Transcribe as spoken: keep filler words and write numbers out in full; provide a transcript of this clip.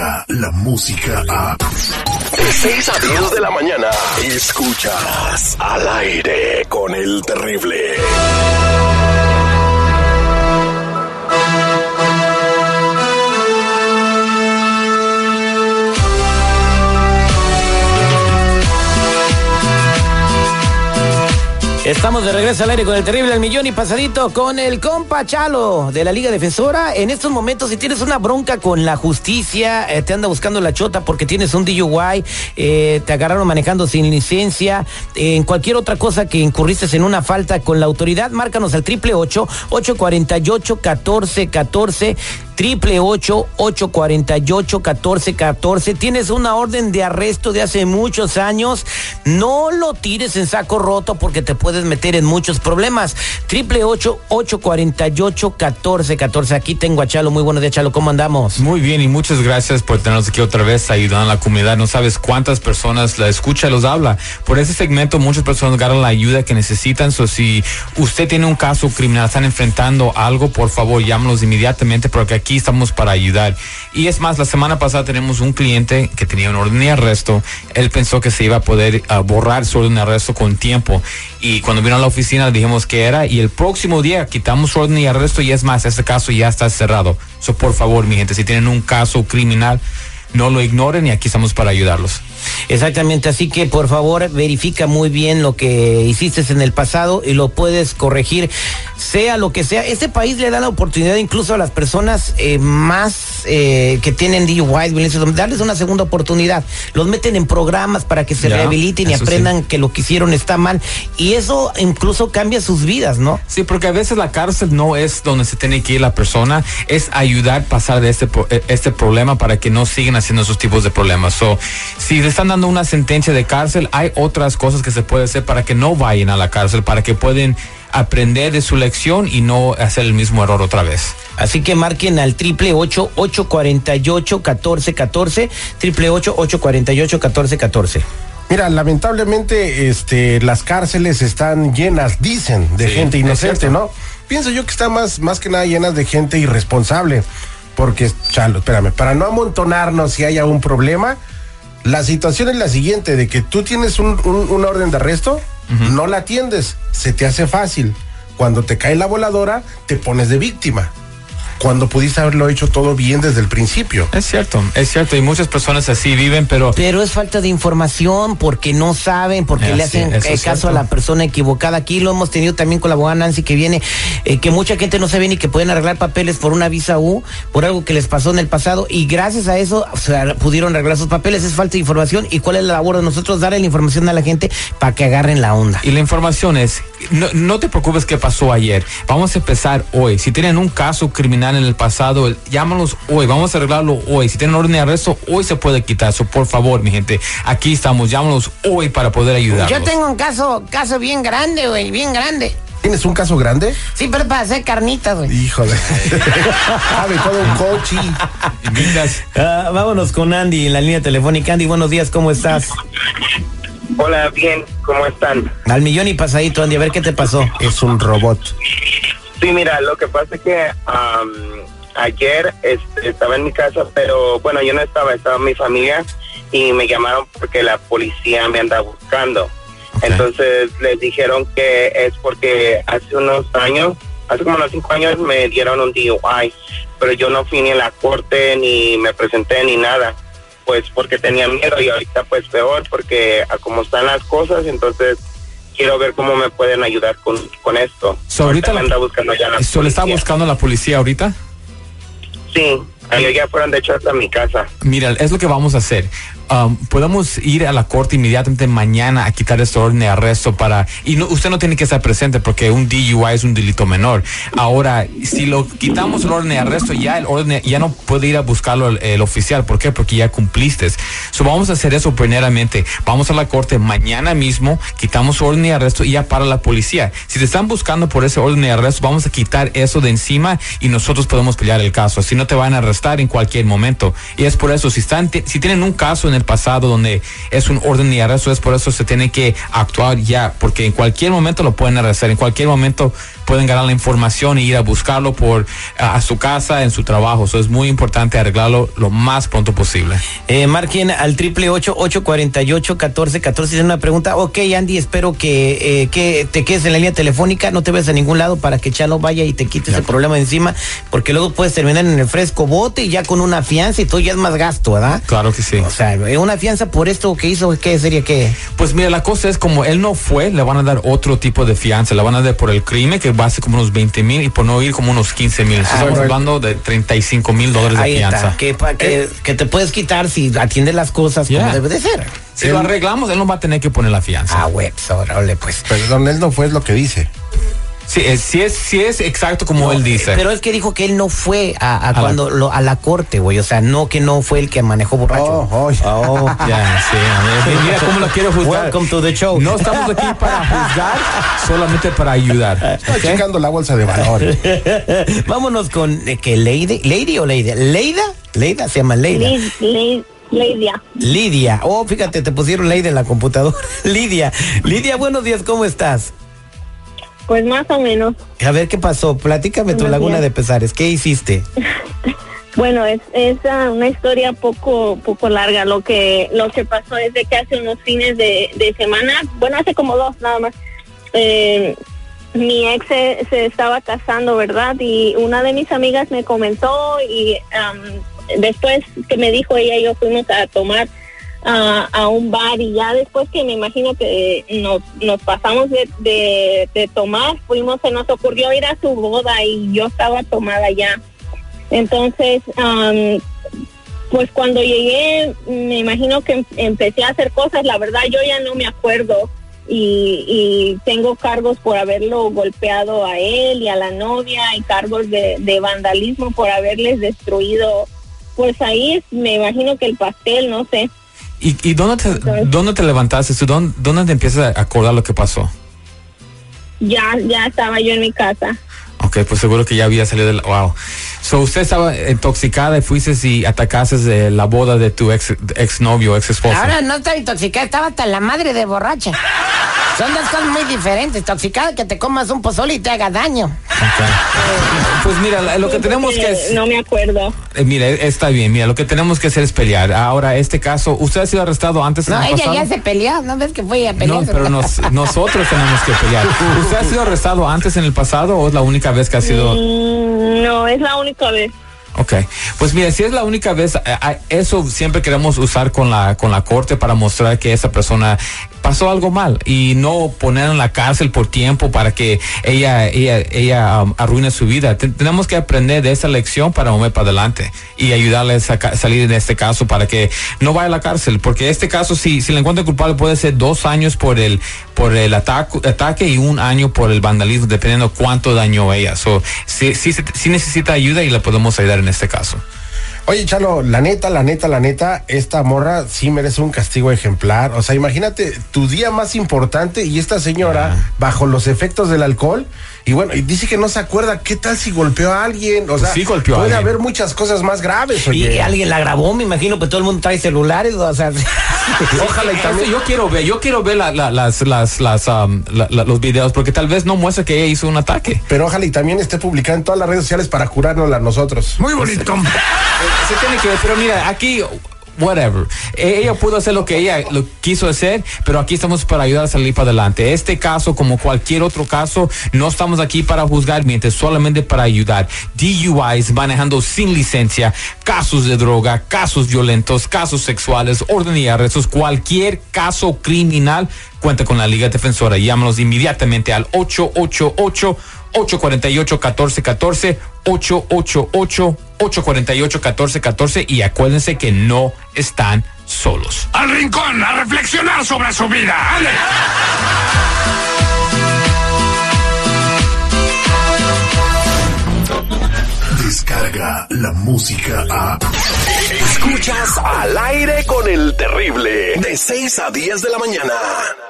Escucha la música a... De seis a diez de la mañana, escuchas Al Aire con el Terrible. Estamos de regreso al aire con el Terrible al Millón y pasadito con el compa Chalo de la Liga Defensora. En estos momentos, si tienes una bronca con la justicia, eh, te anda buscando la chota porque tienes un D U I, eh, te agarraron manejando sin licencia, eh, en cualquier otra cosa que incurriste en una falta con la autoridad, márcanos al triple ocho, ocho cuarenta y ocho, catorce catorce. Triple ocho, ocho cuarenta y ocho, catorce catorce. Tienes una orden de arresto de hace muchos años. No lo tires en saco roto porque te puedes meter en muchos problemas. Triple ocho, ocho cuarenta y ocho, catorce catorce. Aquí tengo a Chalo. Muy buenos días, Chalo. ¿Cómo andamos? Muy bien y muchas gracias por tenernos aquí otra vez ayudando a la comunidad. No sabes cuántas personas la escucha y los habla. Por ese segmento muchas personas ganan la ayuda que necesitan. So, si usted tiene un caso criminal, están enfrentando algo, por favor llámenos inmediatamente porque aquí estamos para ayudar. Y es más, la semana pasada tenemos un cliente que tenía un orden de arresto. Él pensó que se iba a poder uh, borrar su orden de arresto con tiempo. Y cuando vino a la oficina le dijimos que era. Y el próximo día quitamos su orden de arresto y es más, este caso ya está cerrado. So, por favor, mi gente, si tienen un caso criminal, no lo ignoren y aquí estamos para ayudarlos. Exactamente, así que por favor verifica muy bien lo que hiciste en el pasado y lo puedes corregir, sea lo que sea. Este país le da la oportunidad incluso a las personas eh, más eh, que tienen D U I, darles una segunda oportunidad. Los meten en programas para que se ya, rehabiliten y aprendan sí. que lo que hicieron está mal y eso incluso cambia sus vidas, ¿no? Sí, porque a veces la cárcel no es donde se tiene que ir la persona, es ayudar a pasar de este, este problema para que no sigan haciendo esos tipos de problemas. So, si les están dando una sentencia de cárcel, hay otras cosas que se puede hacer para que no vayan a la cárcel, para que puedan aprender de su lección y no hacer el mismo error otra vez. Así que marquen al triple ocho, ocho cuarenta y ocho, catorce catorce, triple ocho, ocho cuarenta y ocho, catorce catorce. Mira, lamentablemente este, las cárceles están llenas, dicen, de sí, gente inocente, ¿no? Pienso yo que están más, más que nada llenas de gente irresponsable, porque, Chalo, espérame, para no amontonarnos si haya un problema, la situación es la siguiente, de que tú tienes un, un, una orden de arresto, uh-huh. no la atiendes, se te hace fácil. Cuando te cae la voladora, te pones de víctima. Cuando pudiste haberlo hecho todo bien desde el principio. Es cierto, es cierto, y muchas personas así viven, pero... Pero es falta de información, porque no saben, porque eh, le hacen sí, eh, caso a la persona equivocada. Aquí lo hemos tenido también con la abogada Nancy que viene, eh, que mucha gente no sabe ni que pueden arreglar papeles por una visa U, por algo que les pasó en el pasado, y gracias a eso o sea, pudieron arreglar sus papeles. Es falta de información, y cuál es la labor de nosotros, darle la información a la gente para que agarren la onda. Y la información es, no, no te preocupes qué pasó ayer, vamos a empezar hoy. Si tienen un caso criminal en el pasado, llámanos hoy, vamos a arreglarlo hoy. Si tienen orden de arresto, hoy se puede quitar. So, por favor, mi gente, aquí estamos, llámanos hoy para poder ayudarlos. Yo tengo un caso, caso bien grande, güey, bien grande. ¿Tienes un caso grande? Sí, pero para hacer carnitas, güey. Híjole. Sabe todo un coach. uh, vámonos con Andy en la línea telefónica. Andy, buenos días, ¿cómo estás? Hola, bien, ¿cómo están? Al millón y pasadito, Andy, a ver qué te pasó. Es un robot. Sí, mira, lo que pasa es que um, ayer este, estaba en mi casa, pero bueno, yo no estaba, estaba mi familia y me llamaron porque la policía me anda buscando. Okay. Entonces les dijeron que es porque hace unos años, hace como unos cinco años me dieron un D U I, pero yo no fui ni a la corte, ni me presenté, ni nada, pues porque tenía miedo y ahorita pues peor, porque a cómo están las cosas, entonces... quiero ver cómo me pueden ayudar con, con esto. So, ahorita ahorita me anda buscando ya la ¿Eso le está buscando la policía ahorita? Sí, ayer ya fueron de hecho hasta mi casa. Mira, es lo que vamos a hacer. Um, podemos ir a la corte inmediatamente mañana a quitar este orden de arresto para... Y no, usted no tiene que estar presente porque un D U I es un delito menor. Ahora, si lo quitamos el orden de arresto, ya el orden ya no puede ir a buscarlo el, el oficial. ¿Por qué? Porque ya cumpliste. So, vamos a hacer eso primeramente. Vamos a la corte mañana mismo, quitamos su orden de arresto y ya para la policía. Si te están buscando por ese orden de arresto, vamos a quitar eso de encima y nosotros podemos pelear el caso. Así no te van a arrestar en cualquier momento. Y es por eso, si están, si tienen un caso en el pasado donde es un orden de arresto, es por eso se tiene que actuar ya, porque en cualquier momento lo pueden arrestar, en cualquier momento pueden ganar la información y ir a buscarlo por a, a su casa, en su trabajo. Eso es muy importante arreglarlo lo más pronto posible. Eh, marquen al triple ocho, ocho cuarenta y ocho, catorce catorce. Es una pregunta. Ok, Andy, espero que, eh, que te quedes en la línea telefónica, no te vayas a ningún lado para que Chalo vaya y te quite ese problema de encima, porque luego puedes terminar en el fresco bote y ya con una fianza y todo ya es más gasto, ¿verdad? Claro que sí. O sea, una fianza por esto que hizo, ¿qué sería qué? Pues mira, la cosa es como él no fue, le van a dar otro tipo de fianza, le van a dar por el crimen, que va a ser como unos veinte mil, y por no ir como unos quince mil. Estamos bueno, hablando de treinta y cinco mil dólares de ahí fianza. Está, que, pa, que, que te puedes quitar si atiendes las cosas Yeah. como debe de ser. Si lo arreglamos, él no va a tener que poner la fianza. Ah, güey, pues, órale, pues. Perdón, él no fue, es lo que dice. Sí, es, sí, es, sí es exacto como No, él dice. Pero es que dijo que él no fue a, a, A cuando la... Lo, a la corte, güey. O sea, no que no fue el que manejó borracho. Oh, oh, oh. Ya, sí, a ver, mira cómo lo quiero juzgar. Welcome to the show. No estamos aquí para juzgar, solamente para ayudar. Estoy ¿Okay? checando la bolsa de valores. Vámonos con eh, que Lady, Lady o Lady, Leida, Leida se llama Leida. Lid- Lid- Lidia. Lidia. Oh, fíjate, te pusieron Leida en la computadora. Lidia, Lidia, buenos días, ¿cómo estás? Pues más o menos. A ver qué pasó. Platícame tu Buenos laguna días. de pesares. ¿Qué hiciste? Bueno, es, es uh, una historia poco poco larga. Lo que lo que pasó es de que hace unos fines de, de semana, bueno, hace como dos nada más, eh, mi ex se, se estaba casando, ¿verdad? Y una de mis amigas me comentó y um, después que me dijo ella y yo fuimos a tomar uh, a un bar y ya después que me imagino que nos, nos pasamos de, de, de tomar, fuimos, se nos ocurrió ir a su boda y yo estaba tomada ya. Entonces, um, pues cuando llegué, me imagino que em- empecé a hacer cosas, la verdad yo ya no me acuerdo y, y tengo cargos por haberlo golpeado a él y a la novia y cargos de, de vandalismo por haberles destruido, pues ahí es, me imagino que el pastel, no sé. ¿Y, y dónde, te, Entonces, dónde te levantaste? ¿Tú ¿Dónde, ¿Dónde te empiezas a acordar lo que pasó? ya, ya estaba yo en mi casa. Ok, pues seguro que ya había salido del... Wow. So, usted estaba intoxicada y fuiste y atacaste de la boda de tu ex, ex novio, ex esposo. Ahora no estaba intoxicada, estaba hasta la madre de borracha. Son dos cosas muy diferentes. Intoxicada, que te comas un pozole y te haga daño. Okay. Pues mira, lo que tenemos que... es- No me acuerdo. Eh, mira, está bien, mira, lo que tenemos que hacer es pelear. Ahora, este caso, ¿usted ha sido arrestado antes? No, en el ella pasado? ya se peleó. ¿No ves que fue a pelear? No, pero nos- nosotros tenemos que pelear. ¿Usted ha sido arrestado antes en el pasado o es la única vez que ha sido...? Mm, no, es la única vez. Ok, pues mira, si es la única vez, eh, eh, eso siempre queremos usar con la con la corte para mostrar que esa persona pasó algo mal y no poner en la cárcel por tiempo para que ella ella ella um, arruine su vida. Ten- tenemos que aprender de esa lección para mover para adelante y ayudarle a saca- salir de este caso para que no vaya a la cárcel, porque este caso si si le encuentran culpable puede ser dos años por el por el ataque ataque y un año por el vandalismo, dependiendo cuánto dañó ella. So, sí, sí, sí necesita ayuda y le podemos ayudar en este caso. Oye, Chalo, la neta, la neta, la neta, esta morra sí merece un castigo ejemplar. O sea, imagínate tu día más importante y esta señora Ah. bajo los efectos del alcohol. Y bueno, y dice que no se acuerda. ¿Qué tal si golpeó a alguien? O sea, sí golpeó a puede alguien. haber muchas cosas más graves. Y Oye, alguien la grabó, me imagino, pues todo el mundo trae celulares, o sea. ojalá y Eso también. yo quiero ver, yo quiero ver la, la, las, las, las, um, la- la- los videos, porque tal vez no muestra que ella hizo un ataque. Pero ojalá y también esté publicada en todas las redes sociales para curárnosla a nosotros. Muy bonito. Se tiene que ver, pero mira, aquí, whatever. E- Ella pudo hacer lo que ella lo quiso hacer, pero aquí estamos para ayudar a salir para adelante. Este caso, como cualquier otro caso, no estamos aquí para juzgar, mientras solamente para ayudar. D U Is, manejando sin licencia, casos de droga, casos violentos, casos sexuales, orden y arrestos, cualquier caso criminal, cuenta con la Liga Defensora. Llámanos inmediatamente al ocho ocho ocho, ocho cuatro ocho, uno cuatro uno cuatro, ocho ocho ocho, ocho cuatro ocho, uno cuatro uno cuatro, y acuérdense que no están solos. Al rincón, a reflexionar sobre su vida. ¡Ale! Descarga la música a... Escuchas Al Aire con el Terrible, de seis a diez de la mañana.